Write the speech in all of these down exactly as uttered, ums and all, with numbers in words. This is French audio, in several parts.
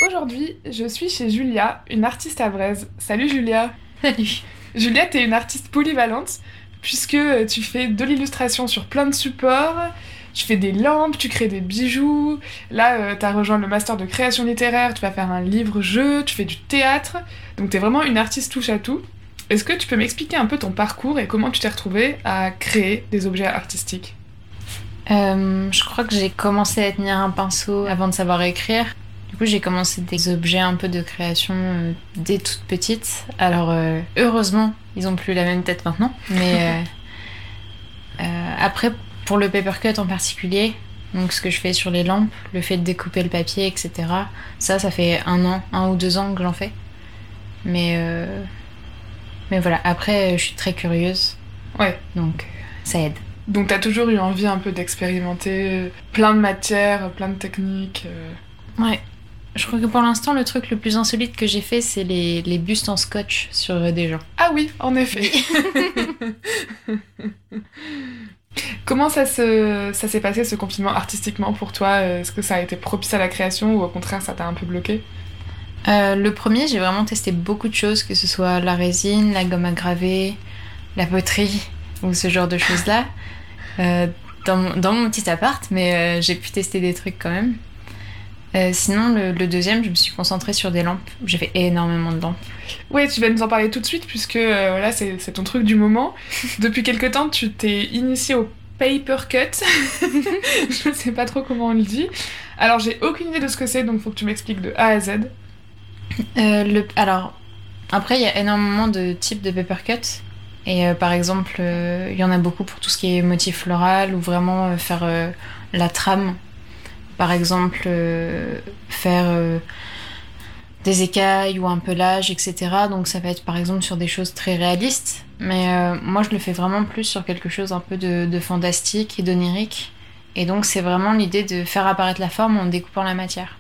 Aujourd'hui, je suis chez Julia, une artiste à Vraise. Salut Julia. Salut. Julia, t'es une artiste polyvalente, puisque tu fais de l'illustration sur plein de supports, tu fais des lampes, tu crées des bijoux, là euh, t'as rejoint le master de création littéraire, tu vas faire un livre-jeu, tu fais du théâtre, donc t'es vraiment une artiste touche à tout. Est-ce que tu peux m'expliquer un peu ton parcours et comment tu t'es retrouvée à créer des objets artistiques ? Euh, je crois que j'ai commencé à tenir un pinceau avant de savoir écrire. Du coup, j'ai commencé des objets un peu de création euh, dès toute petite. Alors, euh, heureusement, ils ont plus la même tête maintenant. Mais euh, euh, après, pour le papercut en particulier, donc ce que je fais sur les lampes, le fait de découper le papier, et cetera. Ça, ça fait un an, un ou deux ans que j'en fais. Mais, euh, mais voilà, après, je suis très curieuse. Ouais. Donc, euh, ça aide. Donc t'as toujours eu envie un peu d'expérimenter plein de matières, plein de techniques euh... Ouais. Je crois que pour l'instant, le truc le plus insolite que j'ai fait, c'est les, les bustes en scotch sur des gens. Ah oui, en effet. Comment ça, se, ça s'est passé ce confinement artistiquement pour toi ? Est-ce que ça a été propice à la création ou au contraire ça t'a un peu bloqué ? euh, Le premier, j'ai vraiment testé beaucoup de choses, que ce soit la résine, la gomme à graver, la poterie ou ce genre de choses-là. Euh, dans, mon, dans mon petit appart, mais euh, j'ai pu tester des trucs quand même. Euh, sinon, le, le deuxième, je me suis concentrée sur des lampes. J'ai fait énormément de lampes. Ouais, tu vas nous en parler tout de suite, puisque euh, voilà, c'est, c'est ton truc du moment. Depuis quelque temps, tu t'es initiée au paper cut. Je ne sais pas trop comment on le dit. Alors, j'ai aucune idée de ce que c'est, donc il faut que tu m'expliques de A à Z. Euh, le, alors, après, il y a énormément de types de paper cut. Et euh, par exemple, il euh, y en a beaucoup pour tout ce qui est motif floral ou vraiment euh, faire euh, la trame. Par exemple, euh, faire euh, des écailles ou un pelage, et cetera. Donc ça va être par exemple sur des choses très réalistes. Mais euh, moi, je le fais vraiment plus sur quelque chose un peu de, de fantastique et d'onirique. Et donc c'est vraiment l'idée de faire apparaître la forme en découpant la matière.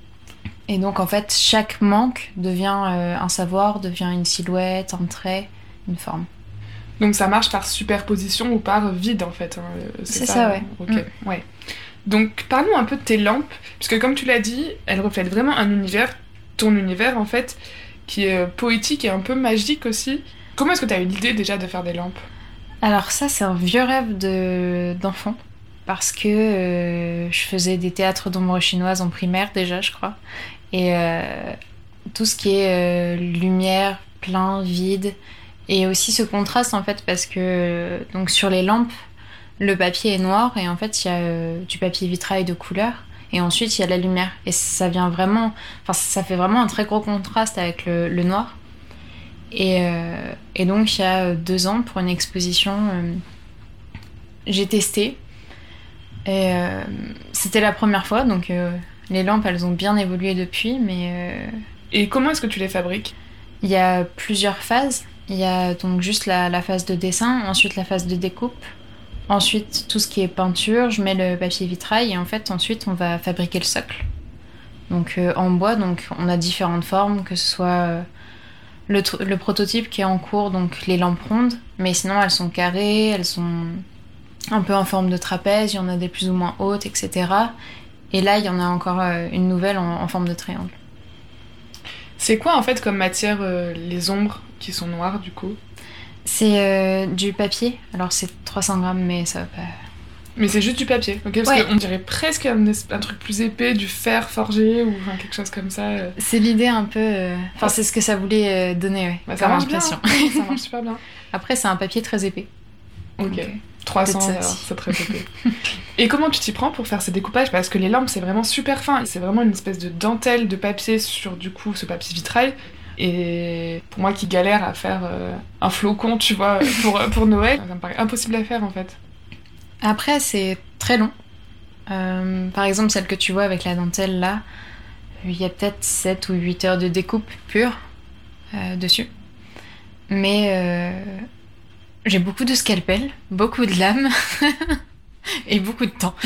Et donc en fait, chaque manque devient euh, un savoir, devient une silhouette, un trait, une forme. Donc ça marche par superposition ou par vide en fait. Hein. C'est, c'est ça, ça, ouais. Ok, mmh. ouais. Donc parle-nous un peu de tes lampes, puisque comme tu l'as dit, elles reflètent vraiment un univers, ton univers en fait, qui est poétique et un peu magique aussi. Comment est-ce que tu as eu l'idée déjà de faire des lampes ? Alors ça, c'est un vieux rêve de... d'enfant, parce que euh, je faisais des théâtres d'ombre chinoise en primaire déjà, je crois. Et euh, tout ce qui est euh, lumière, plein, vide, et aussi ce contraste en fait, parce que donc sur les lampes, le papier est noir et en fait il y a euh, du papier vitrail de couleur et ensuite il y a la lumière et ça vient vraiment, enfin ça fait vraiment un très gros contraste avec le, le noir et, euh, et donc il y a deux ans pour une exposition euh, j'ai testé et euh, c'était la première fois donc euh, les lampes elles ont bien évolué depuis mais euh, et comment est-ce que tu les fabriques ? Il y a plusieurs phases, il y a donc juste la, la phase de dessin, ensuite la phase de découpe. Ensuite, tout ce qui est peinture, je mets le papier vitrail et en fait, ensuite, on va fabriquer le socle. Donc euh, en bois, donc on a différentes formes, que ce soit euh, le, tr- le prototype qui est en cours, donc les lampes rondes, mais sinon elles sont carrées, elles sont un peu en forme de trapèze, il y en a des plus ou moins hautes, et cetera. Et là, il y en a encore euh, une nouvelle en, en forme de triangle. C'est quoi en fait comme matière euh, les ombres qui sont noires du coup ? C'est euh, du papier, alors c'est trois cents grammes, mais ça va pas... Mais c'est juste du papier, ok ? Parce ouais. qu'on dirait presque un, un truc plus épais, du fer forgé ou enfin, quelque chose comme ça. Euh... C'est l'idée un peu... Euh... Enfin, c'est ce que ça voulait euh, donner, ouais. Bah, ça marche bien, ça marche super bien. Après, c'est un papier très épais. Ok, donc, trois cents, alors, c'est très épais. Et comment tu t'y prends pour faire ces découpages ? Parce que les lampes, c'est vraiment super fin. C'est vraiment une espèce de dentelle de papier sur, du coup, ce papier vitrail. Et pour moi qui galère à faire euh, un flocon, tu vois, pour, pour Noël, ça me paraît impossible à faire en fait. Après, c'est très long. Euh, par exemple, celle que tu vois avec la dentelle là, il y a peut-être sept ou huit heures de découpe pure euh, dessus. Mais euh, j'ai beaucoup de scalpel, beaucoup de lames et beaucoup de temps.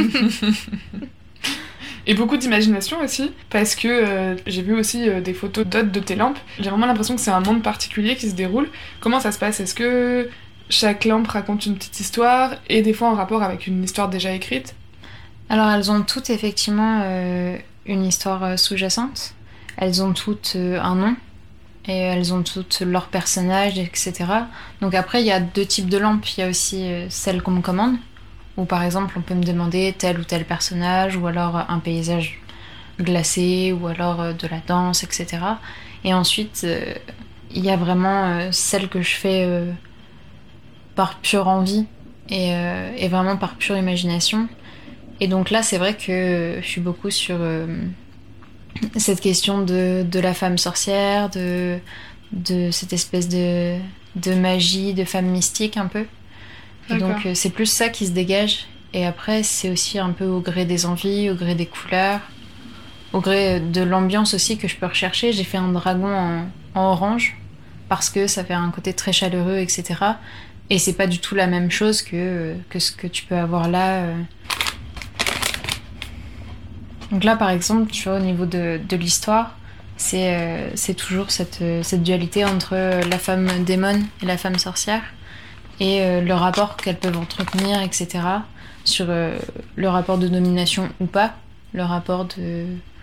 Et beaucoup d'imagination aussi, parce que euh, j'ai vu aussi euh, des photos d'autres de tes lampes. J'ai vraiment l'impression que c'est un monde particulier qui se déroule. Comment ça se passe ? Est-ce que chaque lampe raconte une petite histoire, et des fois en rapport avec une histoire déjà écrite ? Alors elles ont toutes effectivement euh, une histoire euh, sous-jacente. Elles ont toutes euh, un nom. Et elles ont toutes leurs personnages, et cetera. Donc après, il y a deux types de lampes. Il y a aussi euh, celles qu'on me commande, où par exemple, on peut me demander tel ou tel personnage, ou alors un paysage glacé, ou alors euh, de la danse, et cetera. Et ensuite, euh, il y a vraiment euh, celles que je fais euh, par pure envie, et, euh, et vraiment par pure imagination. Et donc là, c'est vrai que je suis beaucoup sur... Euh, cette question de, de la femme sorcière, de, de cette espèce de, de magie, de femme mystique un peu. Et donc euh, c'est plus ça qui se dégage. Et après, c'est aussi un peu au gré des envies, au gré des couleurs, au gré de l'ambiance aussi que je peux rechercher. J'ai fait un dragon en, en orange parce que ça fait un côté très chaleureux, et cetera. Et c'est pas du tout la même chose que, que ce que tu peux avoir là... Euh, Donc là, par exemple, tu vois, au niveau de, de l'histoire, c'est, euh, c'est toujours cette, cette dualité entre la femme démon et la femme sorcière, et euh, le rapport qu'elles peuvent entretenir, et cetera. Sur euh, le rapport de domination ou pas, le rapport de...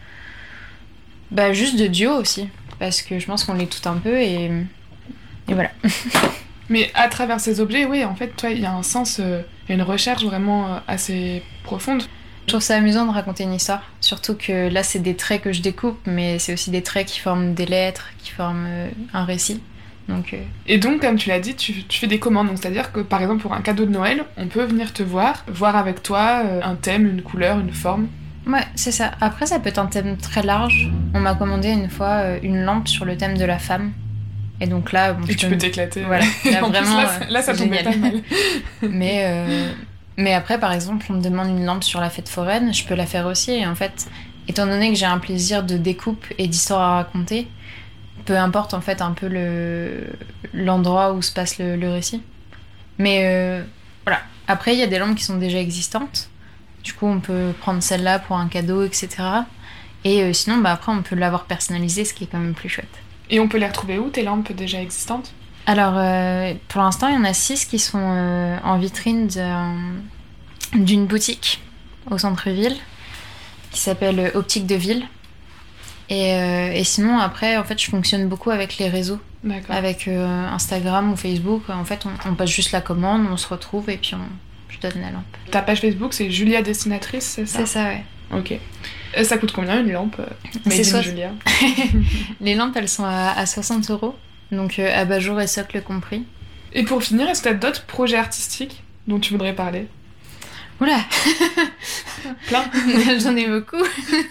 Bah, juste de duo aussi, parce que je pense qu'on l'est tout un peu, et, et voilà. Mais à travers ces objets, oui, en fait, toi, il y a un sens, euh, une recherche vraiment euh, assez profonde. Je trouve ça amusant de raconter une histoire, surtout que là c'est des traits que je découpe, mais c'est aussi des traits qui forment des lettres, qui forment euh, un récit. Donc, euh... Et donc, comme tu l'as dit, tu, tu fais des commandes, donc c'est-à-dire que par exemple pour un cadeau de Noël, on peut venir te voir, voir avec toi euh, un thème, une couleur, une forme. Ouais, c'est ça. Après ça peut être un thème très large. On m'a commandé une fois euh, une lampe sur le thème de la femme. Et donc là, bon, et tu peux me... t'éclater. Voilà, là, vraiment, plus, là, là ça tombait pas mal. Mais... Euh... Mais après, par exemple, on me demande une lampe sur la fête foraine, je peux la faire aussi. Et en fait, étant donné que j'ai un plaisir de découpe et d'histoire à raconter, peu importe en fait un peu le l'endroit où se passe le, le récit. Mais euh, voilà. Après, il y a des lampes qui sont déjà existantes. Du coup, on peut prendre celle-là pour un cadeau, et cetera. Et euh, sinon, bah, après, on peut l'avoir personnalisée, ce qui est quand même plus chouette. Et on peut les retrouver où, tes lampes déjà existantes ? Alors, euh, pour l'instant, il y en a six qui sont euh, en vitrine de, d'une boutique au centre-ville qui s'appelle Optique de Ville. Et, euh, et sinon, après, en fait, je fonctionne beaucoup avec les réseaux. D'accord. Avec euh, Instagram ou Facebook. En fait, on, on passe juste la commande, on se retrouve et puis on, je donne la lampe. Ta page Facebook, c'est Julia Dessinatrice, c'est ça ? C'est ça, ouais. Ok. Et ça coûte combien une lampe ? C'est so... Julia. Les lampes, elles sont à, à soixante euros. Donc euh, abat-jour et socle compris. Et pour finir, est-ce que tu as d'autres projets artistiques dont tu voudrais parler ? Oula. Plein. J'en ai beaucoup.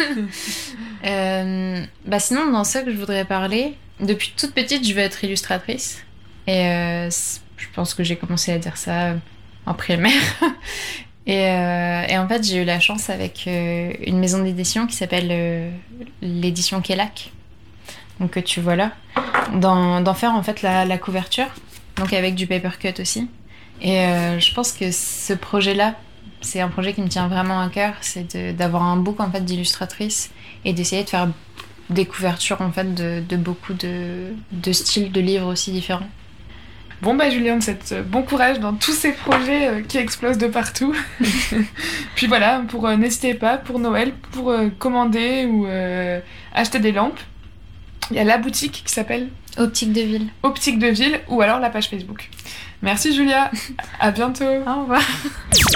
euh, bah sinon, dans ça que je voudrais parler, depuis toute petite, je veux être illustratrice. Et euh, je pense que j'ai commencé à dire ça en primaire. et, euh, et en fait, j'ai eu la chance avec euh, une maison d'édition qui s'appelle euh, l'édition Kellac. Donc que tu vois là, d'en, d'en faire en fait la, la couverture, donc avec du paper cut aussi. Et euh, je pense que ce projet-là, c'est un projet qui me tient vraiment à cœur, c'est de, d'avoir un book en fait d'illustratrice et d'essayer de faire des couvertures en fait de, de beaucoup de, de styles de livres aussi différents. Bon bah Juliane, cette, bon courage dans tous ces projets euh, qui explosent de partout. Puis voilà, pour euh, n'hésitez pas pour Noël, pour euh, commander ou euh, acheter des lampes. Il y a la boutique qui s'appelle Optique de Ville. Optique de Ville ou alors la page Facebook. Merci Julia, à bientôt. Au revoir.